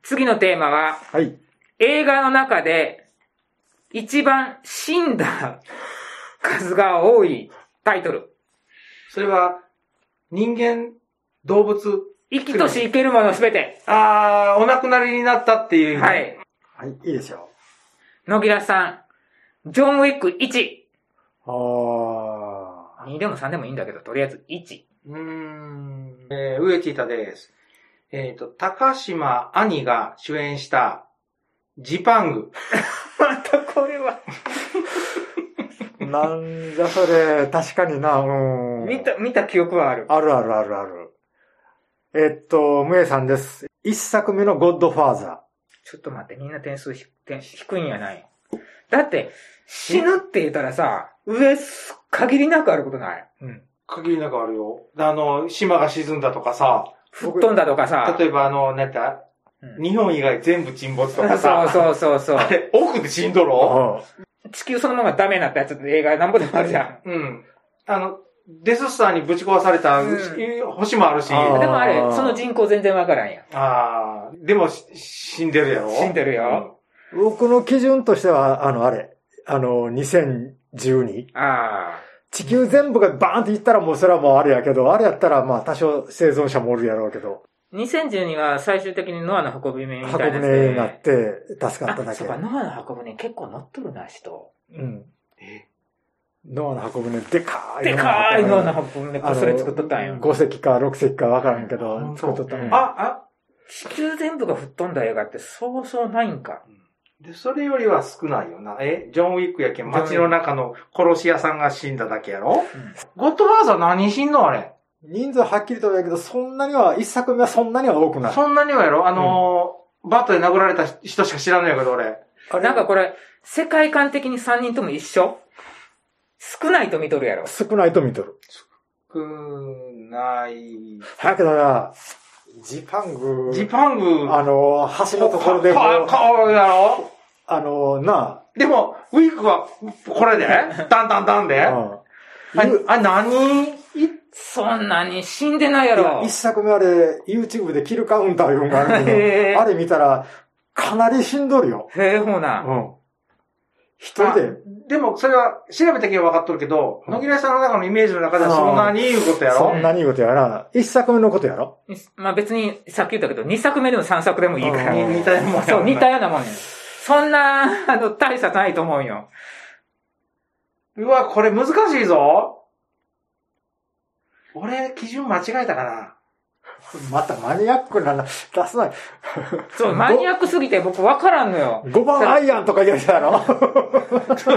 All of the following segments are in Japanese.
次のテーマは、 はい。 映画の中で一番死んだ数が多いタイトル。 それは、人間、動物。 生きとし生けるものすべて。 お亡くなりになったっていう意味。 はい。 はい、いいでしょ野木良さん、ジョン・ウィック1。2でも3でもいいんだけど、とりあえず1。 植地田です。高島兄が主演した、ジパング。 またこれは。 なんじゃそれ、確かにな、 見た記憶はある。 ある。ムエさんです。一作目のゴッドファーザー。 ちょっと待って、みんな点数低いんやない。だって、死ぬって言ったらさ、上、限りなくあることない。 うん。限りなくあるよ。島が沈んだとかさ。 吹っ飛んだとかさ。 例えば日本以外全部沈没とかさ。 そう。 あれ、奥で死んどろ？ 地球そのままダメになったやつって映画なんぼでもあるじゃん。 うん。デススターにぶち壊された星もあるし。でもあれ、その人口全然わからんやん。 でも死んでるやろ？ 死んでるよ。 僕の基準としては、2012。地球全部がバーンっていったらもうそれはもうあれやけど、あれやったらまあ多少生存者もおるやろうけど。 2012は最終的にノアの箱舟みたいなやつで。 箱舟になって助かっただけ。 そうか、ノアの箱舟結構乗っとるな、人。 うん。ノアの箱舟でかい。 でかいノアの箱舟こっそり作っとったんよ。 5隻か6隻かわからんけど、作っとったんよ。 地球全部が吹っ飛んだ映画ってそうそうないんか。 で、それよりは少ないよな。ジョン・ウィックやけん、街の中の殺し屋さんが死んだだけやろ？ゴッドファーザー何人死んのあれ。 人数はっきりとは言うけど、そんなには、一作目はそんなには多くない。 そんなにはやろ？バットで殴られた人しか知らないやけど、俺。 なんかこれ、世界観的に3人とも一緒？少ないと見とるやろ？ 少ないと見とる。 少ない。 だけどな、ジパング。橋のところでも。 顔やろ？ でも、ウィークは、これでダンで何？ そんなに死んでないやろ。 一作目あれ、YouTube でキルカウンターいうのがあるけど、あれ見たら、かなりしんどるよ。 ほな。 一人で。 でも、それは、調べたけど分かっとるけど、野木良さんの中のイメージの中ではそんなに言うことやろ？ そんなに言うことやな。一作目のことやろ？ まあ別に、さっき言ったけど、二作目でも三作でもいいから。 似たようなもん。 そう、似たようなもんや。そんな、大差ないと思うよ。 うわ、これ難しいぞ。俺、基準間違えたかな。 またマニアックな出すない。 そう、マニアックすぎて僕わからんのよ。 5番アイアンとか言うやろ？ そう。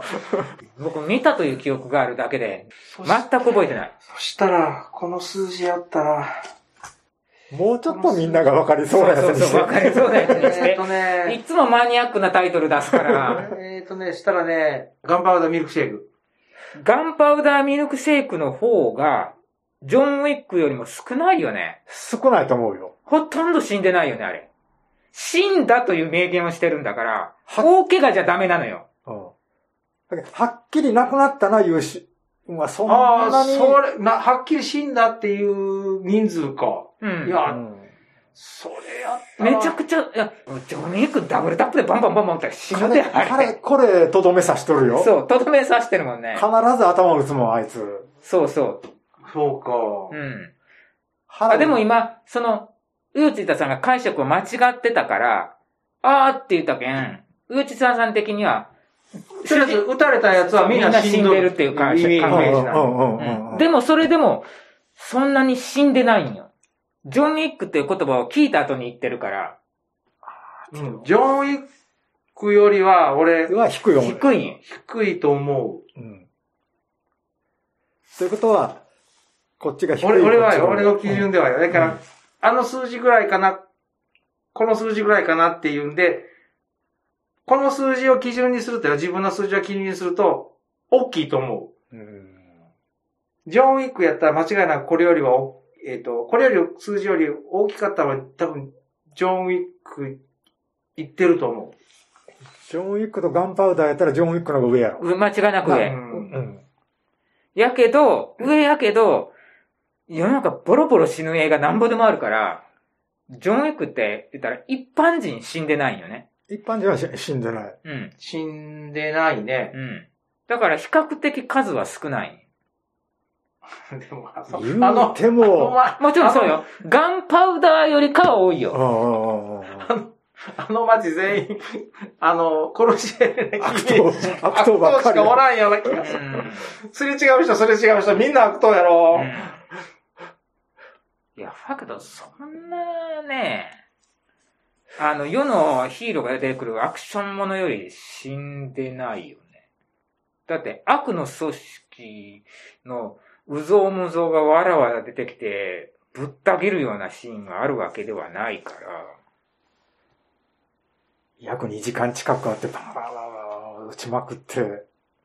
僕見たという記憶があるだけで、全く覚えてない。 そしたら、この数字やったら、 もうちょっとみんなが分かりそうなやつにして。 分かりそうなやつにして。いつもマニアックなタイトル出すから。 したらね、ガンパウダーミルクシェイク。 ガンパウダーミルクシェイクの方が、ジョン・ウィックよりも少ないよね。 少ないと思うよ。 ほとんど死んでないよね、あれ。死んだという明言をしてるんだから、大怪我じゃダメなのよ。 はっきり亡くなったな、いうし、まあ、そんなに。 はっきり死んだっていう人数か。いや、それやったら。 めちゃくちゃ、ジョン・ウィックダブルタップでバンバンって死ぬであれ。 これ、とどめ刺しとるよ。 そう、とどめ刺してるもんね。 必ず頭打つもん、あいつ。 そう。 そうか。でも今、ウーチタさんが解釈を間違ってたから、って言ったけん、ウーチタさん的には、 とりあえず、撃たれたやつはみんな死んでるっていう感じなの。でもそれでも、そんなに死んでないんよ。ジョン・ウィックっていう言葉を聞いた後に言ってるから。 ジョン・ウィックよりは、俺は低いよ。 低いと思う。 ということは、こっちが低い。 俺の基準ではよ。だから、あの数字ぐらいかな、この数字ぐらいかなっていうんで、この数字を基準にすると、自分の数字を基準にすると、大きいと思う。ジョン・ウィックやったら間違いなくこれよりは、これより数字より大きかったら多分、ジョン・ウィックいってると思う。 ジョン・ウィックとガンパウダーやったらジョン・ウィックの方が上やろ。 間違いなく上。やけど、世の中ボロボロ死ぬ映画なんぼでもあるから、 ジョン・ウィックって言ったら一般人死んでないよね。 一般人は死んでない。 うん。 死んでないね。 うん。だから比較的数は少ない。 でも、言うても、 もちろんそうよ。ガンパウダーよりかは多いよ。 あの街全員、殺し合いで悪党ばっかり。 悪党しかおらんような気がする。すれ違う人、みんな悪党やろ。 いや、だけど、そんなね、世のヒーローが出てくるアクションものより死んでないよね。だって、悪の組織のうぞうむぞうがわらわら出てきて、ぶった切るようなシーンがあるわけではないから。 約2時間近くあって、パンパンパン打ちまくって。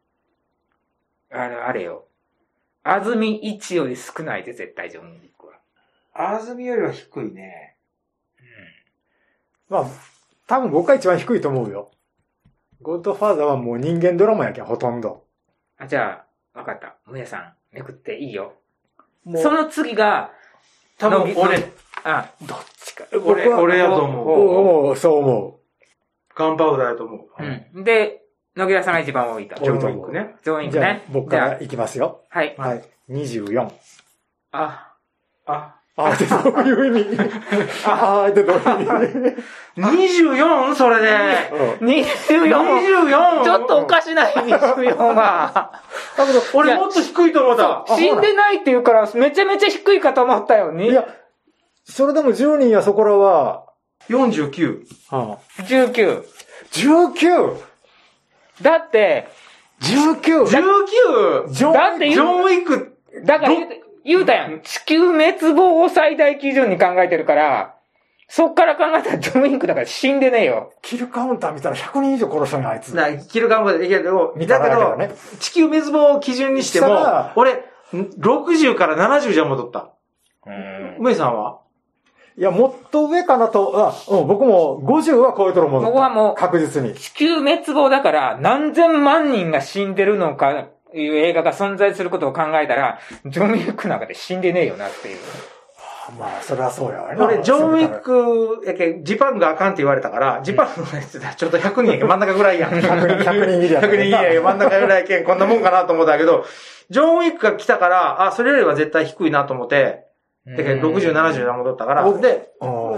あれよ。安住1より少ないで、絶対ジョン・ウィックは。 安住よりは低いね。 まあ、多分僕が一番低いと思うよ。ゴッドファーザーはもう人間ドラマやけん、ほとんど。 じゃあ、わかった。むやさん、めくっていいよ。その次が、 多分俺、 どっちか。 俺やと思う。 そう思う。 ガンパウダーやと思う。 うん。で、野木田さんが一番多いと。 ジョン・ウィックね。 ジョン・ウィックね。 僕からいきますよ。 はい。 はい。24。 ってどういう意味ってどういう意味 24? それで。 24? ちょっとおかしない、24は。 俺もっと低いと思った。 死んでないって言うから、めちゃめちゃ低いかと思ったよね。 いや、それでも10人やそこらは、 49。 19。 19! だって、 19! だってジョン・ウィック。 だから言うたやん。地球滅亡を最大基準に考えてるから、そっから考えたらジョン・ウィックだから死んでねえよ。 キルカウンター見たら100人以上殺したのあいつ。 キルカウンターでいいけど、だけど、地球滅亡を基準にしても、俺、60から70じゃ戻った。梅さんはいや、もっと上かなと、僕も50は超えとるもの。 僕はもう、 確実に。 地球滅亡だから何千万人が死んでるのか、いう映画が存在することを考えたら、ジョン・ウィックなんかで死んでねえよなっていう。 まあ、それはそうやわな。俺、ジョン・ウィック、ジパンがあかんって言われたから、ジパンのやつだ、ちょっと100人やけん、真ん中ぐらいやん。 100人いりゃ。 100人いりゃ、真ん中ぐらいやけん、こんなもんかなと思ったけど、ジョン・ウィックが来たから、それよりは絶対低いなと思って、だけど60、70に戻ったから、で、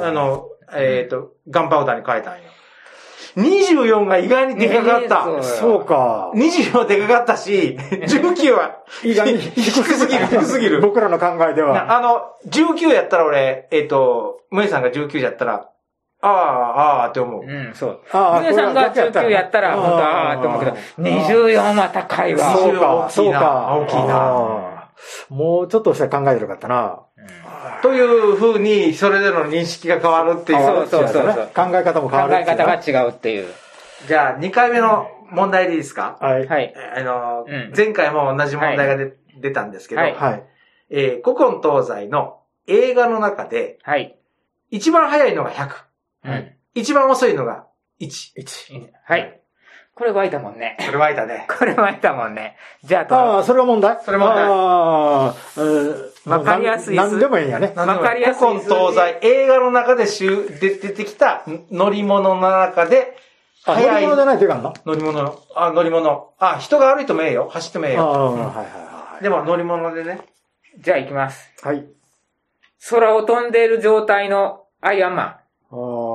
ガンパウダーに変えたんよ。24が意外にでかかった。 そうか。 24はでかかったし、19は意外に低すぎる。 僕らの考えでは。 19やったら俺、ムエさんが19やったら、って思う。 そう。ムエさんが19やったら、本当って思うけど、24は高いわ。 そうか。大きいな。もうちょっとしたら考えてるかったな。 という風に、それでの認識が変わるっていう。 そう。 考え方も変わる。 考え方が違うっていう。 じゃあ、2回目の問題でいいですか？ はい。 前回も同じ問題が出たんですけど、古今東西の映画の中で、一番早いのが100。一番遅いのが1。 はい。これ湧いたもんね。 これ湧いたね。 じゃあ、 それは問題？ それ問題。 わかりやすい。 何でもいいんやね。 わかりやすい。古今東西、映画の中で出てきた乗り物の中で、 乗り物じゃないといかんの？ 乗り物。人が歩いてもええよ。走ってもええよ。でも乗り物でね。 じゃあ行きます。 はい。 空を飛んでいる状態のアイアンマン。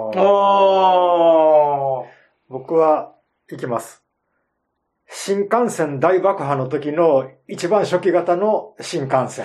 僕は行きます。新幹線大爆破の時の一番初期型の新幹線。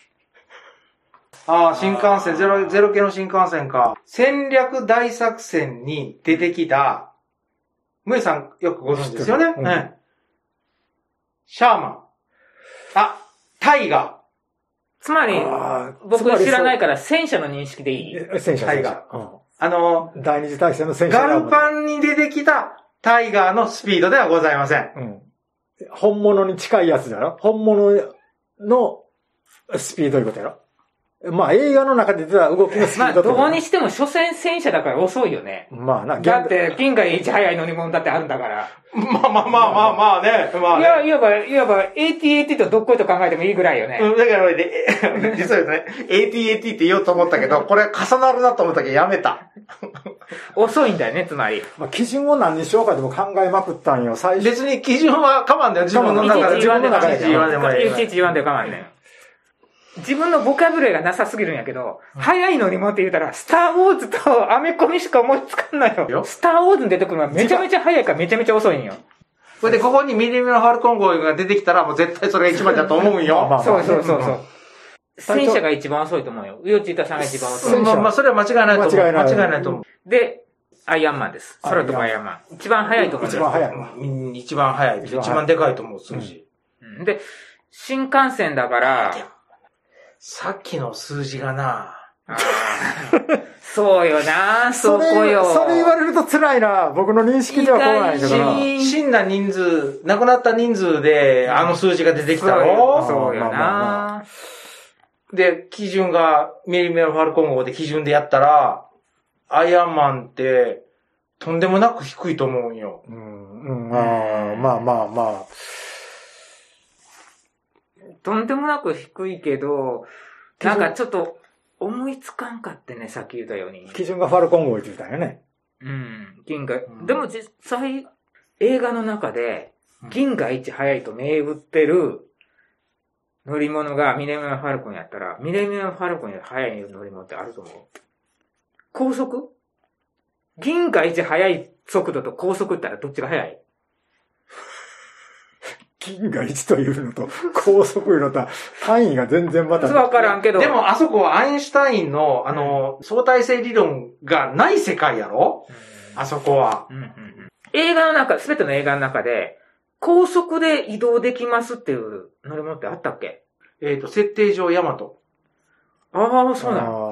新幹線、ゼロ系の新幹線か。戦略大作戦に出てきた、ムエさんよくご存知ですよね。シャーマン。タイガー。 つまり、僕知らないから戦車の認識でいい？ 戦車。 タイガー。 第二次大戦の戦車。 ガルパンに出てきたタイガーのスピードではございません。 本物に近いやつだろ？本物のスピードいうことやろ？ まあ映画の中で出た動きのスピまあ、 ードとか。 どうにしても、所詮戦車だから遅いよね。 まあな、 だって、銀河一速い乗り物だってあるんだから。 まあね。まあね。 いわば、AT-AT とどっこいと考えてもいいぐらいよね。 だからね、実はね、AT-AT って言おうと思ったけど、これ重なるなと思ったけどやめた。 遅いんだよね、つまり。 まあ、基準を何にしようかでも考えまくったんよ、最初。 別に基準は我慢だよ、自分の中で。 自分の中で。 いちいち言わんでもいい。 いちいち言わんで我慢だよ。自分のボキャブレがなさすぎるんやけど、速い乗り物って言うたら、スターウォーズとアメコミしか思いつかんのよ。スターウォーズに出てくるのはめちゃめちゃ速いからめちゃめちゃ遅いんよ。 それでここにミリミのファルコン号が出てきたらもう絶対それが一番だと思うんよ。 そう。戦車が一番遅いと思うよ。ウヨチータさんが一番遅い。 まあそれは間違いないと思う。間違いないと思う。 で、アイアンマンです。空飛ぶアイアンマン。一番速いと思う。 一番速いわ。 一番速い。一番でかいと思う、数字。 で、新幹線だから、 さっきの数字がなそうよな、そこよ。 それ言われると辛いな。僕の認識ではこうなんやけどな。 死んだ人数、亡くなった人数であの数字が出てきたろ。 そうよな。 で、基準がミリミのファルコン号で基準でやったら、アイアンマンってとんでもなく低いと思うんよ。 まあ。 とんでもなく低いけど、なんかちょっと思いつかんかってね、さっき言ったように。 基準がファルコン号って言ったんよね。 銀河。でも実際、映画の中で、銀河一速いと銘打ってる乗り物がミレニアムファルコンやったら、ミレニアムファルコンより速い乗り物ってあると思う。高速？銀河一速い速度と高速って言ったらどっちが速い？ 銀河一というのと高速いうのと単位が全然また。 わからんけど。 でもあそこはアインシュタインの相対性理論がない世界やろ？あそこは。 映画の中、すべての映画の中で、高速で移動できますっていう乗り物ってあったっけ？ 設定上ヤマト。 ああ、そうなの。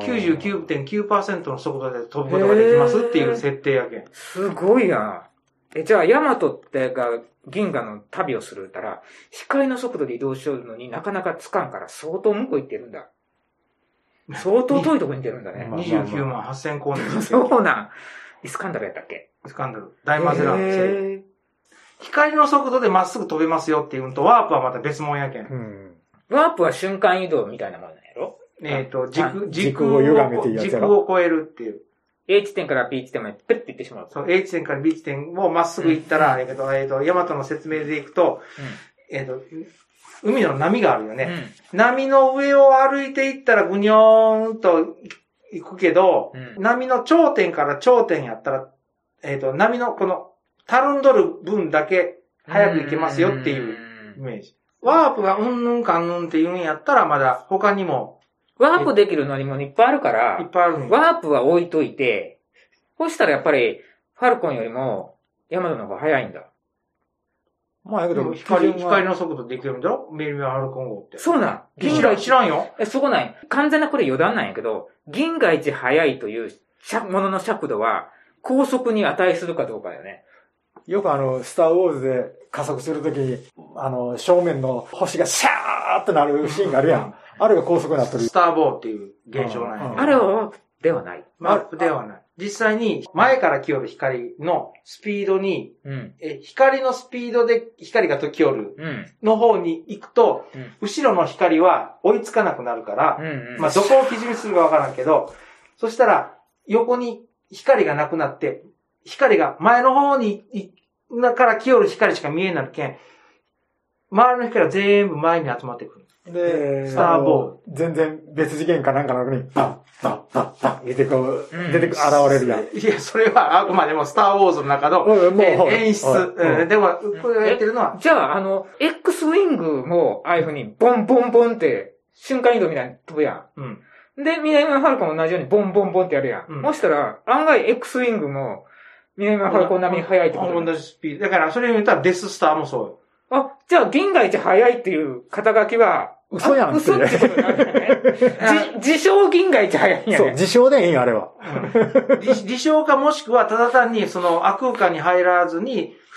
99.9% の速度で飛ぶことができますっていう設定やけん。 すごいな。じゃあ、ヤマトってが銀河の旅をするったら、光の速度で移動しようのになかなかつかんから相当向こう行ってるんだ。相当遠いとこに行ってるんだね。 29万8000光年。 そうなん。イスカンダルやったっけ？ イスカンダル。大マゼラン。光の速度でまっすぐ飛べますよっていうのと、ワープはまた別物やけん。 ワープは瞬間移動みたいなもんなんやろ？ 軸を歪めていいやつやろ？ 軸を超えるっていう。 A 地点から B 地点までペッて行ってしまう。 そう、A 地点から B 地点をまっすぐ行ったら、ヤマトの説明で行くと、海の波があるよね。波の上を歩いていったらぐにょーんと行くけど、波の頂点から頂点やったら、波のこの、たるんどる分だけ早く行けますよっていうイメージ。ワープがうんぬんかんぬんって言うんやったらまだ他にも。 ワープできる乗り物いっぱいあるから、 いっぱいあるワープは置いといて、そしたらやっぱり、ファルコンよりも、ヤマトの方が速いんだ。 まあ、やけど、光の速度できるんだろ？ミリミアファルコン号って。 そうなん。 知らんよ。 そこない。完全なこれ余談なんやけど、銀河一速いというものの尺度は、高速に値するかどうかよね。 よくスターウォーズで加速するときに、正面の星がシャーってなるシーンがあるやん。あれが高速になってる。 スターボーっていう現象なんや。 あれはワープではない。 ワープではない。実際に前から来よる光のスピードに、光のスピードで光が来よるの方に行くと、後ろの光は追いつかなくなるから、まあどこを基準にするかわからんけど、そしたら横に光がなくなって、光が前の方にから来よる光しか見えないけん、周りの光は全部前に集まってくる。 で、 スターボール。 全然別次元かなんかの中に、バン、出てこう、現れるやん。 いや、それはあくまでもスターウォーズの中の演出。でも、これをやってるのは。 じゃあ、X ウィングも、ああいう風に、ボンボンボンって、瞬間移動みたいに飛ぶやん。で、ミレニアムファルコンも同じように、ボンボンボンってやるやん。そしたら、案外 X ウィングも、ミレニアムファルコン並みに速いってこと。 同じスピード。だから、それを言ったらデススターもそうよ。 じゃあ、銀河一速いっていう肩書きは、 嘘やんって。 嘘ってことなんだよね。自称銀河一速いんやね。 そう、自称でいいんあれは。 自称かもしくは、ただ単に、その、空間に入らずに、普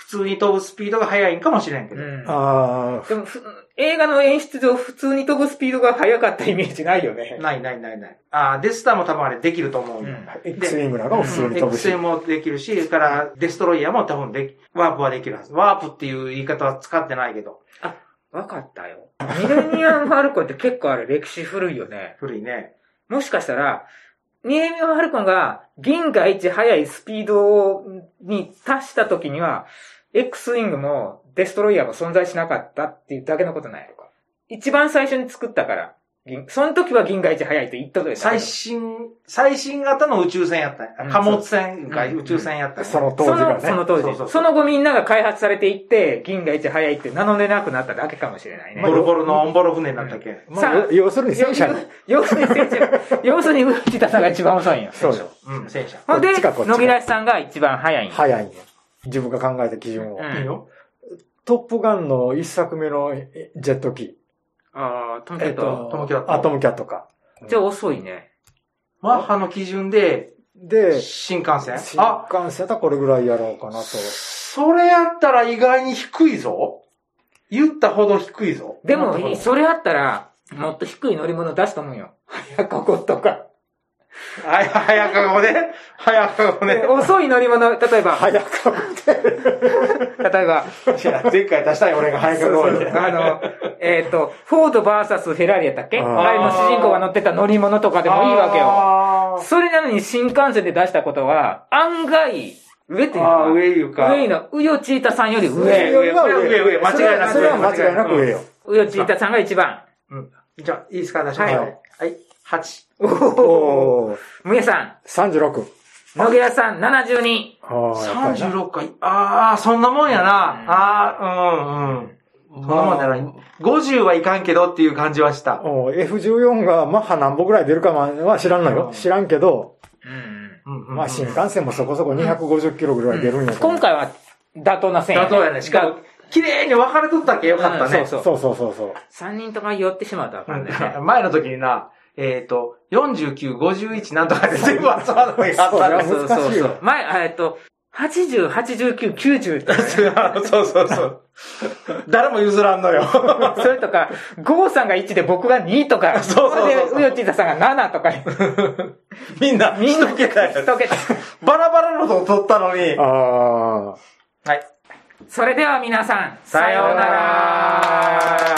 普通に飛ぶスピードが速いんかもしれんけど。 あでも、映画の演出上、普通に飛ぶスピードが速かったイメージないよね。 ない。デスターも多分あれできると思うよ。 X ウィングなんかも普通に飛ぶし。 X もできるし、それからデストロイヤーも多分ワープはできるはず。ワープっていう言い方は使ってないけど。 あ、わかったよ。ミレニアム・ファルコンって結構あれ歴史古いよね。 古いね。 もしかしたら、ミレニアム・ファルコンが銀河一速いスピードに達した時には、X ウィングもデストロイヤーも存在しなかったっていうだけのことないのか。一番最初に作ったから、その時は銀河一速いと言ったと最新型の宇宙船やった。貨物船が宇宙船やった、 その当時がね。 その当時。その後みんなが開発されていって、銀河一速いって名乗れなくなっただけかもしれないね。 ボロボロのオンボロ船になったっけ。 要するに戦車。 要するに藤田さんが一番遅いんよ。 そうよ。 戦車。 ほんで、野木らしさんが一番速いんよ。 速いんよ。自分が考えた基準を。 いいよ。 トップガンの一作目のジェット機。 ああ、トムキャット。 トムキャット。 トムキャットか。 じゃあ遅いね。 マッハの基準で、新幹線新幹線だこれぐらいやろうかなと。 それやったら意外に低いぞ。言ったほど低いぞ。 でも、それあったら、もっと低い乗り物出すと思うよ。早かごとか。 早かごね。 遅い乗り物、例えば。 早かごで。 例えば。 前回出したよ、俺が早かごで。 フォードバーサスフェラーリやったっけ？あれの主人公が乗ってた乗り物とかでもいいわけよ。それなのに新幹線で出したことは、案外、上っていうか。 上いうか。 上の、ウヨチータさんより上。 上。間違いなく上。 それは間違いなく上よ。 ウヨチータさんが一番。 じゃあ、いいですか、出しましょう。はい。8。 おー。むやさん。 36。 野木屋さん、72。 36か。そんなもんやな。そんなもんやな。50はいかんけどっていう感じはした。 F14 がマッハ何歩ぐらい出るかは知らんのよ。知らんけど、まあ新幹線もそこそこ250キロぐらい出るんや。 今回は妥当な線妥当やね。しかも、綺麗に分かれとったっけよかったね。 そう。 3人とか寄ってしまうとあかんね。 前の時にな、49、51なんとかで全部集まるのがあったね。 そう。 前、80、89、90って、 そう。誰も譲らんのよ。 それとか、ゴーさんが1で僕が2とか、 そう。 で、ウヨチータさんが7とか。 みんな1桁や。 1桁。 バラバラのと取ったのに。 はい。 それでは皆さん、さようなら。